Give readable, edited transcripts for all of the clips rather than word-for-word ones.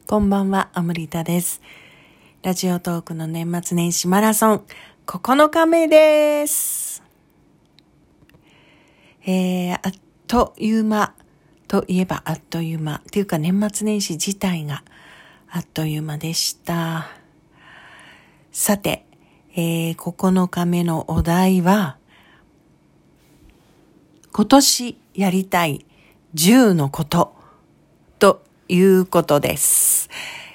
こんばんは、アムリタです。ラジオトークの年末年始マラソン9日目です。あっという間といえばあっという間っていうか年末年始自体があっという間でした。さて、9日目のお題は今年やりたい10のことということです。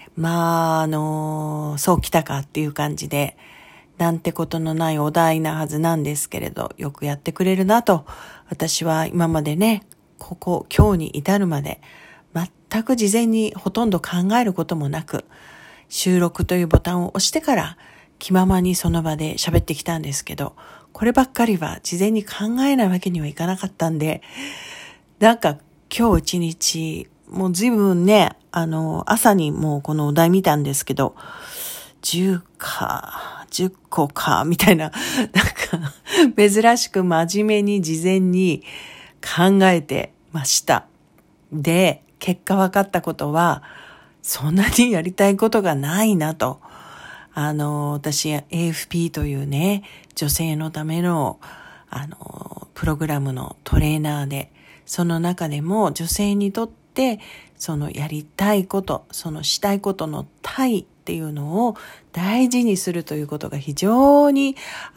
そうきたかっていう感じで、なんてことのないお題なはずなんですけれど、よくやってくれるなと、私は今までね、今日に至るまで、全く事前にほとんど考えることもなく、収録というボタンを押してから、気ままにその場で喋ってきたんですけど、こればっかりは事前に考えないわけにはいかなかったんで、なんか今日一日、もう随分ね、朝にもうこのお題見たんですけど、10個か、みたいな、珍しく真面目に事前に考えてました。で、結果分かったことは、そんなにやりたいことがないなと。私、AFP というね、女性のための、プログラムのトレーナーで、その中でも女性にとって、そのやりたいこと、そのしたいことの対っていうのを大事にするということが非常に、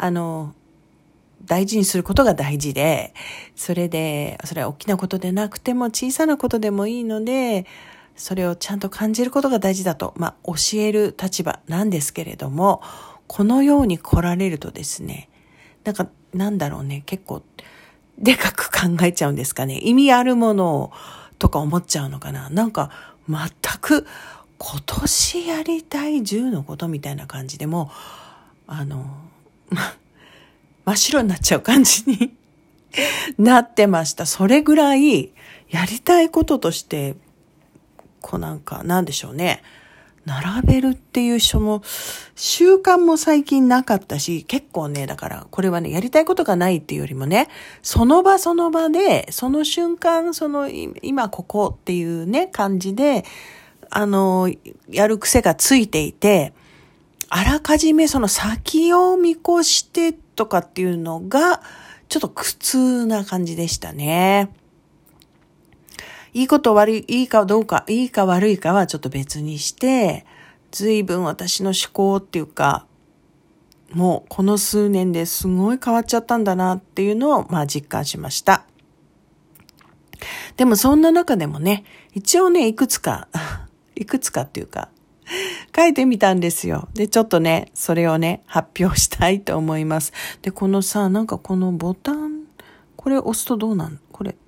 大事にすることが大事で、それは大きなことでなくても小さなことでもいいので、それをちゃんと感じることが大事だと、教える立場なんですけれども、このように来られるとですね、結構でかく考えちゃうんですかね。意味あるものとか思っちゃうのかな。全く今年やりたい10のことみたいな感じでも真っ白になっちゃう感じになってました。それぐらいやりたいこととしてなんでしょうね。並べるっていうその習慣も最近なかったし、結構ね、だからこれはね、やりたいことがないっていうよりもね、その場その場で、その瞬間、今ここっていうね、感じで、やる癖がついていて、あらかじめその先を見越してとかっていうのが、ちょっと苦痛な感じでしたね。いいかどうか、いいか悪いかはちょっと別にして、随分私の思考っていうか、もうこの数年ですごい変わっちゃったんだなっていうのを実感しました。でもそんな中でもね、一応ね、いくつかっていうか、書いてみたんですよ。で、ちょっとね、それをね、発表したいと思います。で、このボタン、これ押すとどうなんこれ。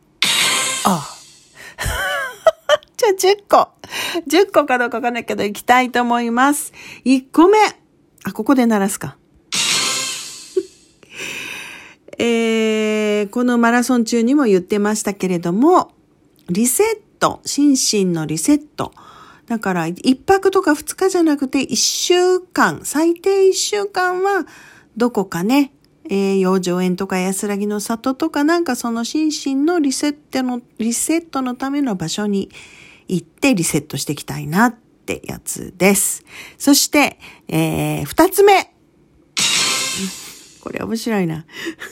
じゃあ10個かどうかわかんないけど、行きたいと思います。1個目。ここで鳴らすか。このマラソン中にも言ってましたけれども、リセット、心身のリセット。だから、1泊とか2日じゃなくて、1週間、最低1週間は、どこかね、養生園とか安らぎの里とかその心身のリセットのための場所に行ってリセットしていきたいなってやつです。そして、2つ目。これ面白いな。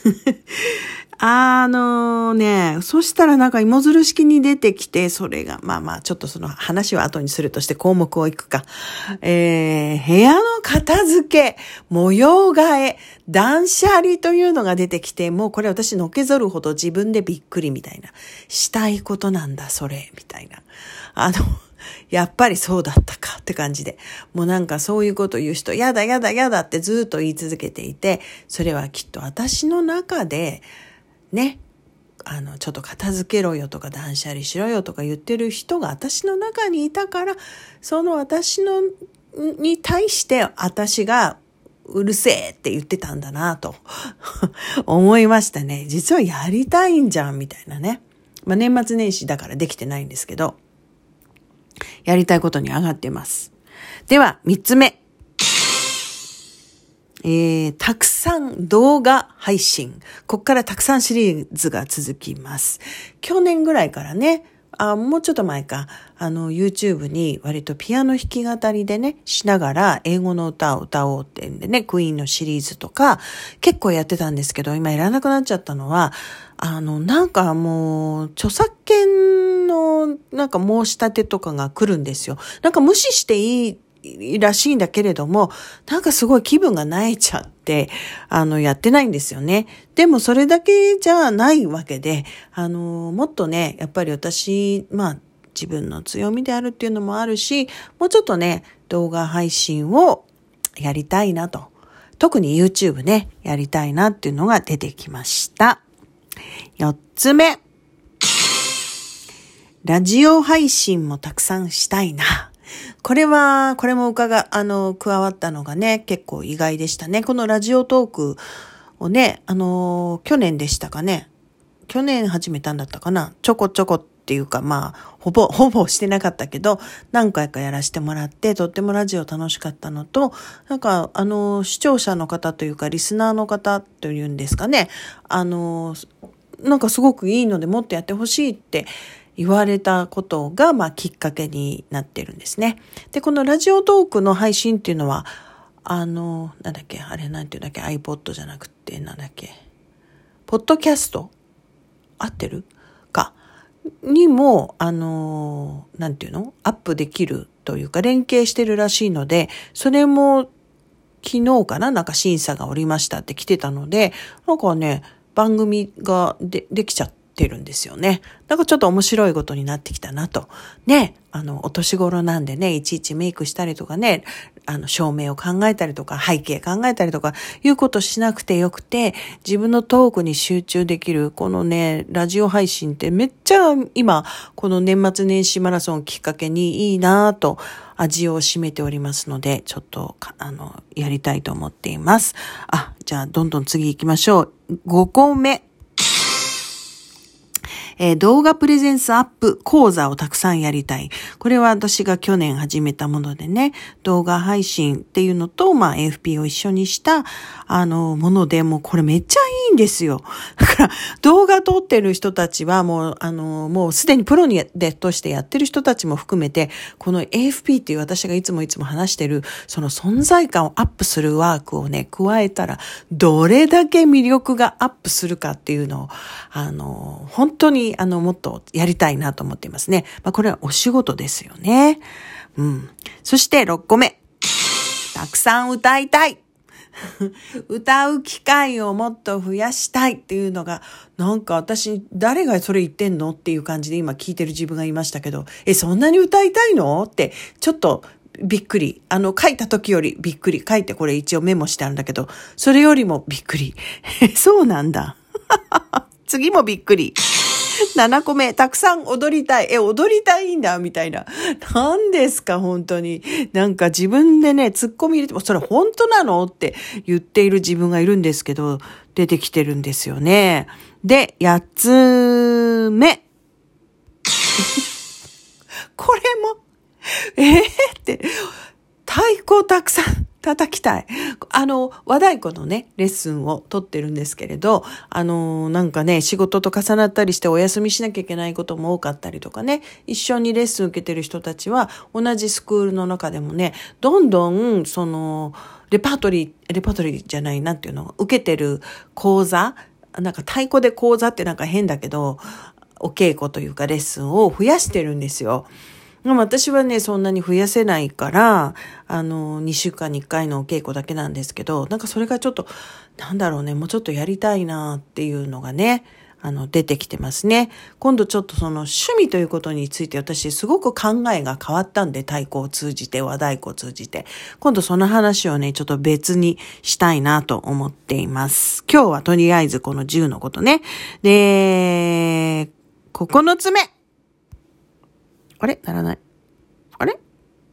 そしたら芋づる式に出てきて、それが、ちょっとその話は後にするとして項目をいくか。部屋の片付け、模様替え、断捨離というのが出てきて、もうこれ私のけぞるほど自分でびっくりみたいな。したいことなんだ、それ、みたいな。やっぱりそうだったかって感じで。もうそういうこと言う人、やだってずっと言い続けていて、それはきっと私の中で、ね、ちょっと片付けろよとか断捨離しろよとか言ってる人が私の中にいたから、その私に対して私がうるせえって言ってたんだなと思いましたね。実はやりたいんじゃんみたいなね。年末年始だからできてないんですけど、やりたいことに上がってます。では、3つ目。たくさん動画配信。こっからたくさんシリーズが続きます。去年ぐらいからね、 もうちょっと前か、YouTube に割とピアノ弾き語りでね、しながら英語の歌を歌おうってんでね、クイーンのシリーズとか、結構やってたんですけど、今やらなくなっちゃったのは、なんかもう、著作権のなんか申し立てとかが来るんですよ。なんか無視していいらしいんだけれども、なんかすごい気分が萎えちゃって、やってないんですよね。でもそれだけじゃないわけで、もっとね、やっぱり私、自分の強みであるっていうのもあるし、もうちょっとね、動画配信をやりたいなと。特に YouTube ね、やりたいなっていうのが出てきました。4つ目。ラジオ配信もたくさんしたいな。これも加わったのがね、結構意外でしたね。このラジオトークをね、去年でしたかね。去年始めたんだったかな。ちょこちょこっていうか、ほぼしてなかったけど、何回かやらせてもらって、とってもラジオ楽しかったのと、なんか、視聴者の方というか、リスナーの方というんですかね。なんかすごくいいのでもっとやってほしいって言われたことが、きっかけになってるんですね。で、このラジオトークの配信っていうのは、iPod じゃなくて、ポッドキャスト合ってるかにも、アップできるというか、連携してるらしいので、それも昨日かな、なんか審査がおりましたって来てたので、なんかね、番組ができちゃってるんですよね。なんかちょっと面白いことになってきたなと。ね、お年頃なんでね、いちいちメイクしたりとかね、照明を考えたりとか、背景考えたりとか、いうことしなくてよくて、自分のトークに集中できる、このね、ラジオ配信ってめっちゃ今、この年末年始マラソンをきっかけにいいなぁと、味を占めておりますので、ちょっと、やりたいと思っています。じゃあ、どんどん次行きましょう。5個目。動画プレゼンスアップ講座をたくさんやりたい。これは私が去年始めたものでね、動画配信っていうのと、AFP を一緒にした、もので、もうこれめっちゃいいんですよ。だから、動画撮ってる人たちはもうすでにプロとしてやってる人たちも含めて、この AFP っていう私がいつも話してる、その存在感をアップするワークをね、加えたら、どれだけ魅力がアップするかっていうのを、本当にもっとやりたいなと思っていますね。これはお仕事ですよね。そして6個目。たくさん歌いたい。歌う機会をもっと増やしたいっていうのが、なんか私、誰がそれ言ってんのっていう感じで今聞いてる自分がいましたけど、そんなに歌いたいのって、ちょっとびっくり。書いた時よりびっくり。書いてこれ一応メモしてあるんだけど、それよりもびっくり。そうなんだ。次もびっくり。7個目、たくさん踊りたい。踊りたいんだ、みたいな。何ですか、本当に。なんか自分でね、突っ込み入れても、それ本当なのって言っている自分がいるんですけど、出てきてるんですよね。で、8つ目。これも、って、太鼓たくさん叩きたい。和太鼓のね、レッスンを取ってるんですけれど、なんかね、仕事と重なったりしてお休みしなきゃいけないことも多かったりとかね、一緒にレッスン受けてる人たちは、同じスクールの中でもね、どんどん、レパートリーじゃない、なんていうの、受けてる講座、なんか太鼓で講座ってなんか変だけど、お稽古というかレッスンを増やしてるんですよ。でも私はね、そんなに増やせないから、2週間に1回のお稽古だけなんですけど、なんかそれがちょっと、もうちょっとやりたいなっていうのがね、出てきてますね。今度ちょっとその趣味ということについて私すごく考えが変わったんで、太鼓を通じて、和太鼓を通じて。今度その話をね、ちょっと別にしたいなと思っています。今日はとりあえずこの10のことね。で、9つ目。あれならない。あれ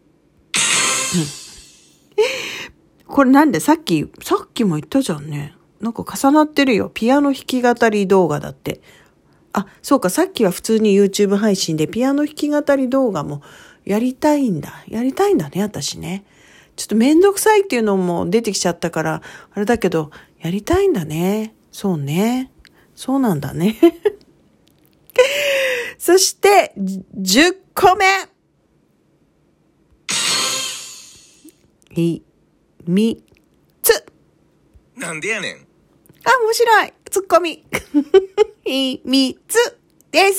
これなんでさっきも言ったじゃんね。なんか重なってるよ。ピアノ弾き語り動画だって。そうか、さっきは普通に YouTube 配信でピアノ弾き語り動画もやりたいんだね、私ね。ちょっとめんどくさいっていうのも出てきちゃったから、あれだけど、やりたいんだね。そうね。そうなんだね。 そして、10個目。秘密。 なんでやねん。 面白い。ツッコミ。秘密です。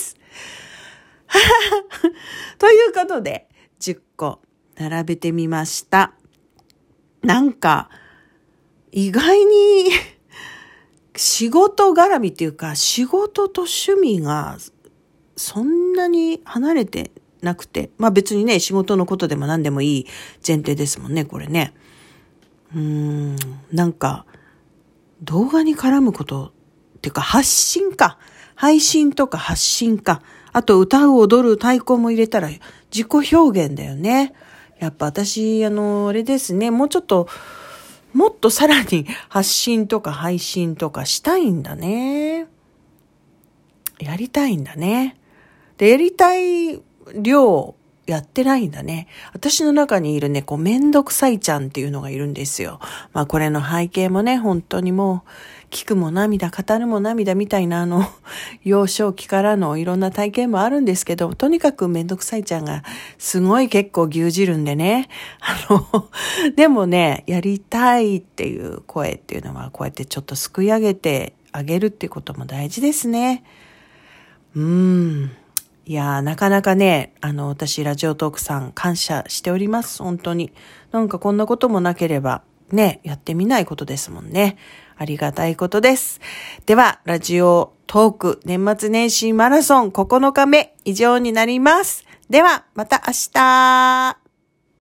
ということで、10個並べてみました。なんか、意外に仕事絡みっていうか、仕事と趣味がそんなに離れてなくて、まあ別にね、仕事のことでも何でもいい前提ですもんね、これね。なんか、動画に絡むことっていうか、発信か。配信とか発信か。あと歌う、踊る、太鼓も入れたら自己表現だよね。やっぱ私、あれですね、もっとさらに発信とか配信とかしたいんだね。やりたいんだね。で、やりたい量やってないんだね。私の中にいるね、めんどくさいちゃんっていうのがいるんですよ。まあこれの背景もね、本当にもう、聞くも涙、語るも涙みたいな幼少期からのいろんな体験もあるんですけど、とにかくめんどくさいちゃんがすごい結構牛耳るんでね。でもね、やりたいっていう声っていうのはこうやってちょっとすくい上げてあげるっていうことも大事ですね。いやー、なかなかね、私、ラジオトークさん感謝しております。本当に。なんかこんなこともなければ、ね、やってみないことですもんね。ありがたいことです。では、ラジオトーク年末年始マラソン9日目以上になります。では、また明日。